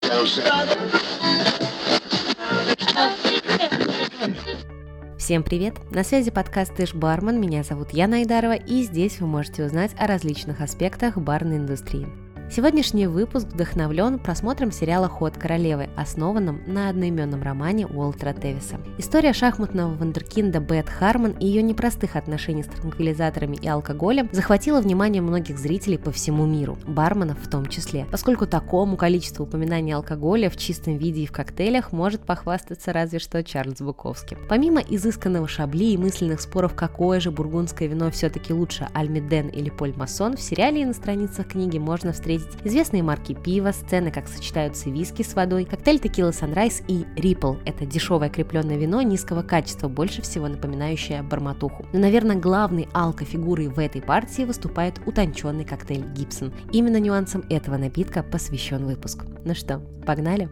Всем привет! На связи подкаст «Ты ж бармен», меня зовут Яна Айдарова, и здесь вы можете узнать о различных аспектах барной индустрии. Сегодняшний выпуск вдохновлен просмотром сериала «Ход королевы», основанном на одноименном романе Уолтера Тевиса. История шахматного вундеркинда Бет Хармон и ее непростых отношений с транквилизаторами и алкоголем захватила внимание многих зрителей по всему миру, барменов в том числе, поскольку такому количеству упоминаний алкоголя в чистом виде и в коктейлях может похвастаться разве что Чарльз Буковский. Помимо изысканного шабли и мысленных споров, какое же бургундское вино все-таки лучше, Альмеден или Поль Массон, в сериале и на страницах книги можно встретить известные марки пива, сцены, как сочетаются виски с водой, коктейль текила Sunrise и Ripple – это дешевое крепленное вино низкого качества, больше всего напоминающее бормотуху. Но, наверное, главной алко-фигурой в этой партии выступает утонченный коктейль Гибсон. Именно нюансам этого напитка посвящен выпуск. Ну что, погнали?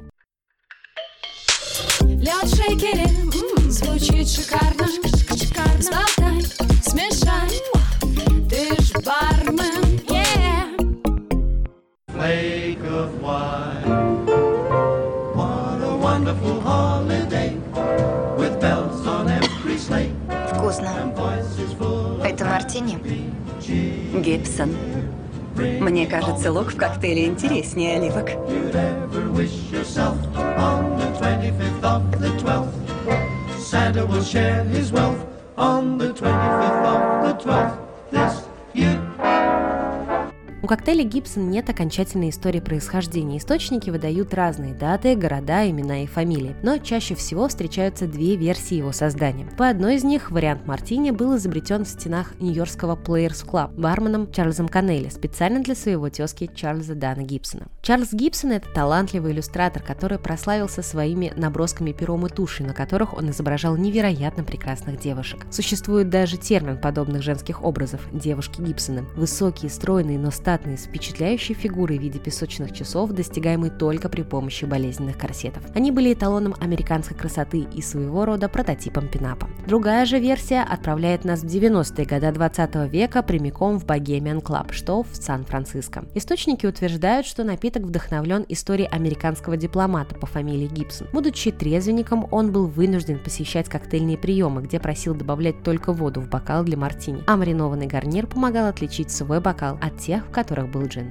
Лед в шейкере, звучит шикарно. Сболтай, смешай, ты ж бармен, Lake of wine. What a wonderful holiday with bells on every sleigh. Вкусно. And voices full of Это мартини? Гибсон. Мне кажется, лук в коктейле интереснее оливок. you'd ever wish yourself on the 25th of the 12th. Santa will share his wealth on the 25th of the 12th this year. У коктейля Гибсон нет окончательной истории происхождения. Источники выдают разные даты, города, имена и фамилии. Но чаще всего встречаются две версии его создания. По одной из них вариант мартини был изобретен в стенах нью-йоркского Players Club барменом Чарльзом Коннелли специально для своего тезки Чарльза Дана Гибсона. Чарльз Гибсон – это талантливый иллюстратор, который прославился своими набросками пером и тушью, на которых он изображал невероятно прекрасных девушек. Существует даже термин подобных женских образов – девушки Гибсона. Высокие, стройные, но статные, с впечатляющей фигурой в виде песочных часов, достигаемой только при помощи болезненных корсетов. Они были эталоном американской красоты и своего рода прототипом пинапа. Другая же версия отправляет нас в 90-е годы 20 века прямиком в Bohemian Club, что в Сан-Франциско. Источники утверждают, что напиток вдохновлен историей американского дипломата по фамилии Гибсон. Будучи трезвенником, он был вынужден посещать коктейльные приемы, где просил добавлять только воду в бокал для мартини, а маринованный гарнир помогал отличить свой бокал от тех, в которых был джин.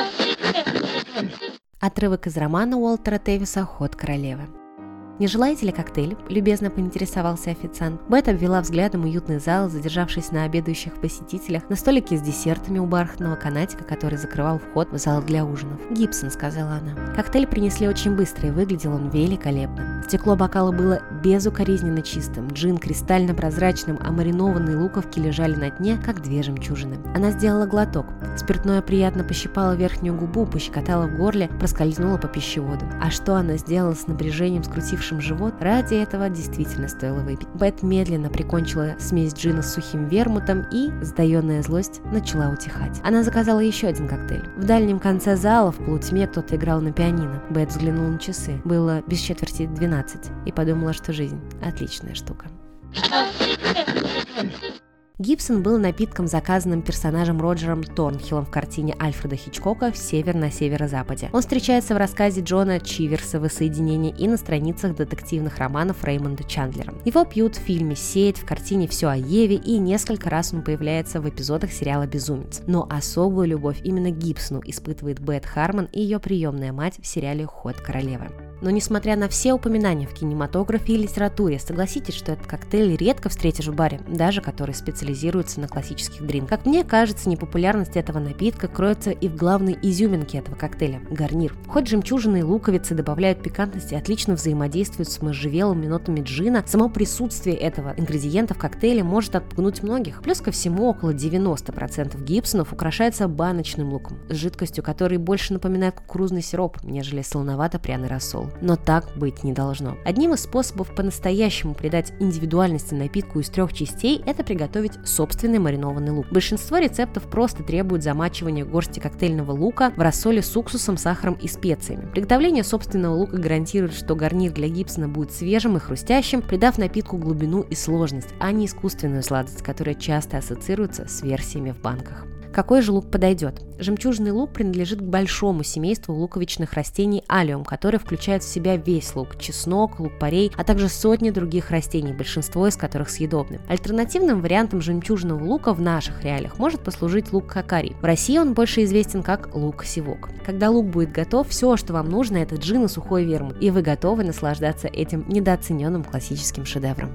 Отрывок из романа Уолтера Тевиса «Ход королевы». «Не желаете ли коктейль?» – любезно поинтересовался официант. Бет обвела взглядом уютный зал, задержавшись на обедающих посетителях, на столике с десертами у бархатного канатика, который закрывал вход в зал для ужинов. «Гибсон», – сказала она. Коктейль принесли очень быстро, и выглядел он великолепно. Стекло бокала было безукоризненно чистым, джин кристально прозрачным, а маринованные луковки лежали на дне, как две жемчужины. Она сделала глоток. Спиртное приятно пощипало верхнюю губу, пощекотало в горле, проскользнуло по пищеводу. А что она сделала с напряжением, скрутившим живот, ради этого действительно стоило выпить. Бет медленно прикончила смесь джина с сухим вермутом, и сдаенная злость начала утихать. Она заказала еще один коктейль. В дальнем конце зала в полутьме кто-то играл на пианино. Бет взглянула на часы. Было без четверти 12 и подумала, что жизнь – отличная штука. Гибсон был напитком, заказанным персонажем Роджером Торнхиллом в картине Альфреда Хичкока «Север на северо-западе». Он встречается в рассказе Джона Чиверса «Воссоединение» и на страницах детективных романов Реймонда Чандлера. Его пьют в фильме «Сеть», в картине «Все о Еве», и несколько раз он появляется в эпизодах сериала «Безумец». Но особую любовь именно к Гибсону испытывает Бет Хармон и ее приемная мать в сериале «Ход королевы». Но несмотря на все упоминания в кинематографе и литературе, согласитесь, что этот коктейль редко встретишь в баре, даже который специализируется на классических дринках. Как мне кажется, непопулярность этого напитка кроется и в главной изюминке этого коктейля – гарнир. Хоть жемчужины и луковицы добавляют пикантности и отлично взаимодействуют с можжевелыми нотами джина, само присутствие этого ингредиента в коктейле может отпугнуть многих. Плюс ко всему, около 90% гибсонов украшается баночным луком, с жидкостью, который больше напоминает кукурузный сироп, нежели солоновато-пряный рассол. Но так быть не должно. Одним из способов по-настоящему придать индивидуальности напитку из 3 частей – это приготовить собственный маринованный лук. Большинство рецептов просто требуют замачивания горсти коктейльного лука в рассоле с уксусом, сахаром и специями. Приготовление собственного лука гарантирует, что гарнир для Гибсона будет свежим и хрустящим, придав напитку глубину и сложность, а не искусственную сладость, которая часто ассоциируется с версиями в банках. Какой же лук подойдет? Жемчужный лук принадлежит к большому семейству луковичных растений алиум, которые включают в себя весь лук, чеснок, лук-порей, а также сотни других растений, большинство из которых съедобны. Альтернативным вариантом жемчужного лука в наших реалиях может послужить лук хакари. В России он больше известен как лук-сивок. Когда лук будет готов, все, что вам нужно, это джин и сухой вермут, и вы готовы наслаждаться этим недооцененным классическим шедевром.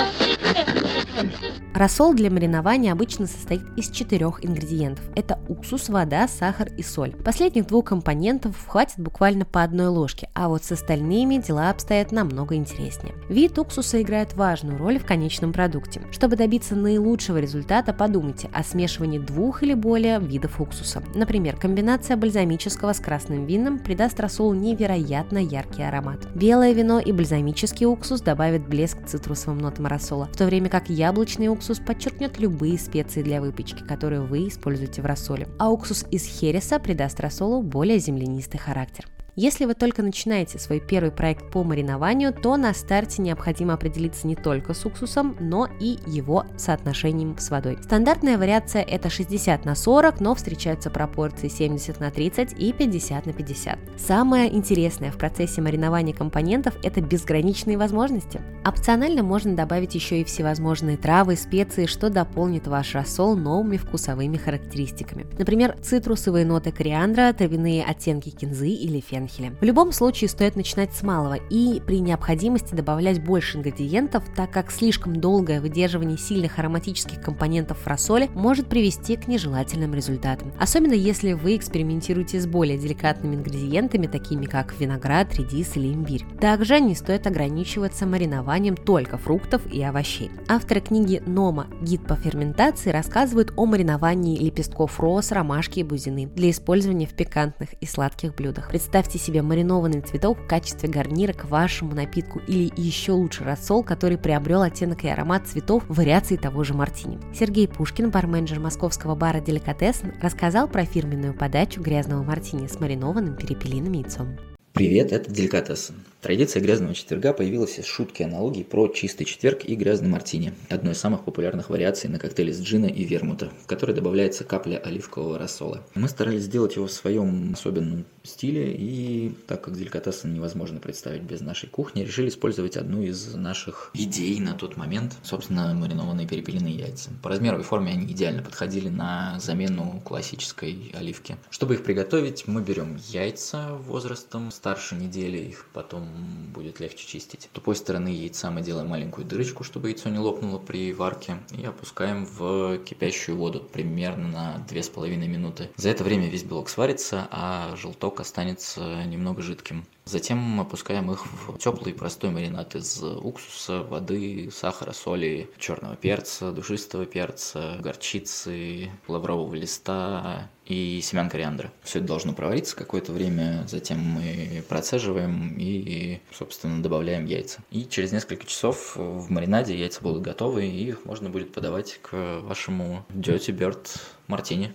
Рассол для маринования обычно состоит из 4 ингредиентов. Это уксус, вода, сахар и соль. Последних 2 компонентов хватит буквально по 1 ложке, а вот с остальными дела обстоят намного интереснее. Вид уксуса играет важную роль в конечном продукте. Чтобы добиться наилучшего результата, подумайте о смешивании 2 или более видов уксуса. Например, комбинация бальзамического с красным вином придаст рассолу невероятно яркий аромат. Белое вино и бальзамический уксус добавят блеск цитрусовым нотам рассола, в то время как яблочный уксус подчеркнет любые специи для выпечки, которые вы используете в рассоле, а уксус из хереса придаст рассолу более землянистый характер. Если вы только начинаете свой первый проект по маринованию, то на старте необходимо определиться не только с уксусом, но и его соотношением с водой. Стандартная вариация это 60/40, но встречаются пропорции 70/30 и 50/50. Самое интересное в процессе маринования компонентов – это безграничные возможности. Опционально можно добавить еще и всевозможные травы, специи, что дополнит ваш рассол новыми вкусовыми характеристиками. Например, цитрусовые ноты кориандра, травяные оттенки кинзы или фенхеля. В любом случае стоит начинать с малого и при необходимости добавлять больше ингредиентов, так как слишком долгое выдерживание сильных ароматических компонентов в рассоле может привести к нежелательным результатам. Особенно если вы экспериментируете с более деликатными ингредиентами, такими как виноград, редис или имбирь. Также не стоит ограничиваться маринованием только фруктов и овощей. Авторы книги «Нома. Гид по ферментации» рассказывают о мариновании лепестков роз, ромашки и бузины для использования в пикантных и сладких блюдах. Представьте себе маринованный цветок в качестве гарнира к вашему напитку или еще лучше рассол, который приобрел оттенок и аромат цветов в вариации того же мартини. Сергей Пушкин, барменджер московского бара «Деликатесен», рассказал про фирменную подачу грязного мартини с маринованным перепелиным яйцом. Привет, это Деликатесен. Традиция грязного четверга появилась из шутки и аналогии про чистый четверг и грязный мартини, одной из самых популярных вариаций на коктейле из джина и вермута, в который добавляется капля оливкового рассола. Мы старались сделать его в своем особенном стиле, и так как Деликатесен невозможно представить без нашей кухни, решили использовать одну из наших идей на тот момент, собственно, маринованные перепелиные яйца. По размеру и форме они идеально подходили на замену классической оливки. Чтобы их приготовить, мы берем яйца возрастом старше недели, их потом будет легче чистить. С тупой стороны яйца мы делаем маленькую дырочку, чтобы яйцо не лопнуло при варке, и опускаем в кипящую воду примерно на 2,5 минуты. За это время весь белок сварится, а желток останется немного жидким. Затем мы опускаем их в теплый простой маринад из уксуса, воды, сахара, соли, черного перца, душистого перца, горчицы, лаврового листа и семян кориандра. Все это должно провариться какое-то время, затем мы процеживаем и, собственно, добавляем яйца. И через несколько часов в маринаде яйца будут готовы, и их можно будет подавать к вашему Dirty Bird мартини.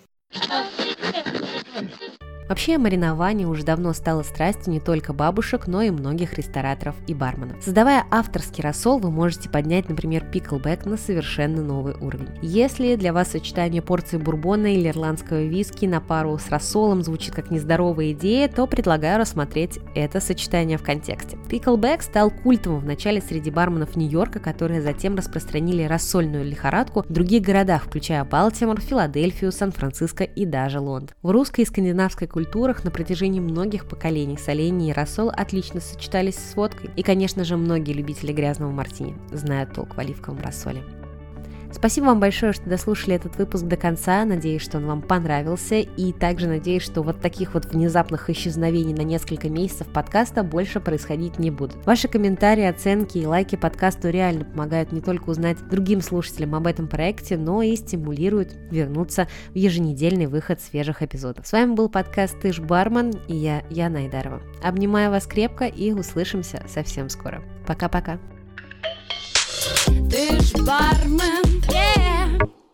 Вообще, маринование уже давно стало страстью не только бабушек, но и многих рестораторов и барменов. Создавая авторский рассол, вы можете поднять, например, пиклбэк на совершенно новый уровень. Если для вас сочетание порции бурбона или ирландского виски на пару с рассолом звучит как нездоровая идея, то предлагаю рассмотреть это сочетание в контексте. Пиклбэк стал культовым в начале среди барменов Нью-Йорка, которые затем распространили рассольную лихорадку в других городах, включая Балтимор, Филадельфию, Сан-Франциско и даже Лондон. В русской и скандинавской культурах на протяжении многих поколений соленье и рассол отлично сочетались с водкой. И, конечно же, многие любители грязного мартини знают толк в оливковом рассоле. Спасибо вам большое, что дослушали этот выпуск до конца. Надеюсь, что он вам понравился. И также надеюсь, что вот таких вот внезапных исчезновений на несколько месяцев подкаста больше происходить не будут. Ваши комментарии, оценки и лайки подкасту реально помогают не только узнать другим слушателям об этом проекте, но и стимулируют вернуться в еженедельный выход свежих эпизодов. С вами был подкаст «Ты ж бармен» и я, Яна Айдарова. Обнимаю вас крепко и услышимся совсем скоро. Пока-пока. Ты ж бармен, yeah.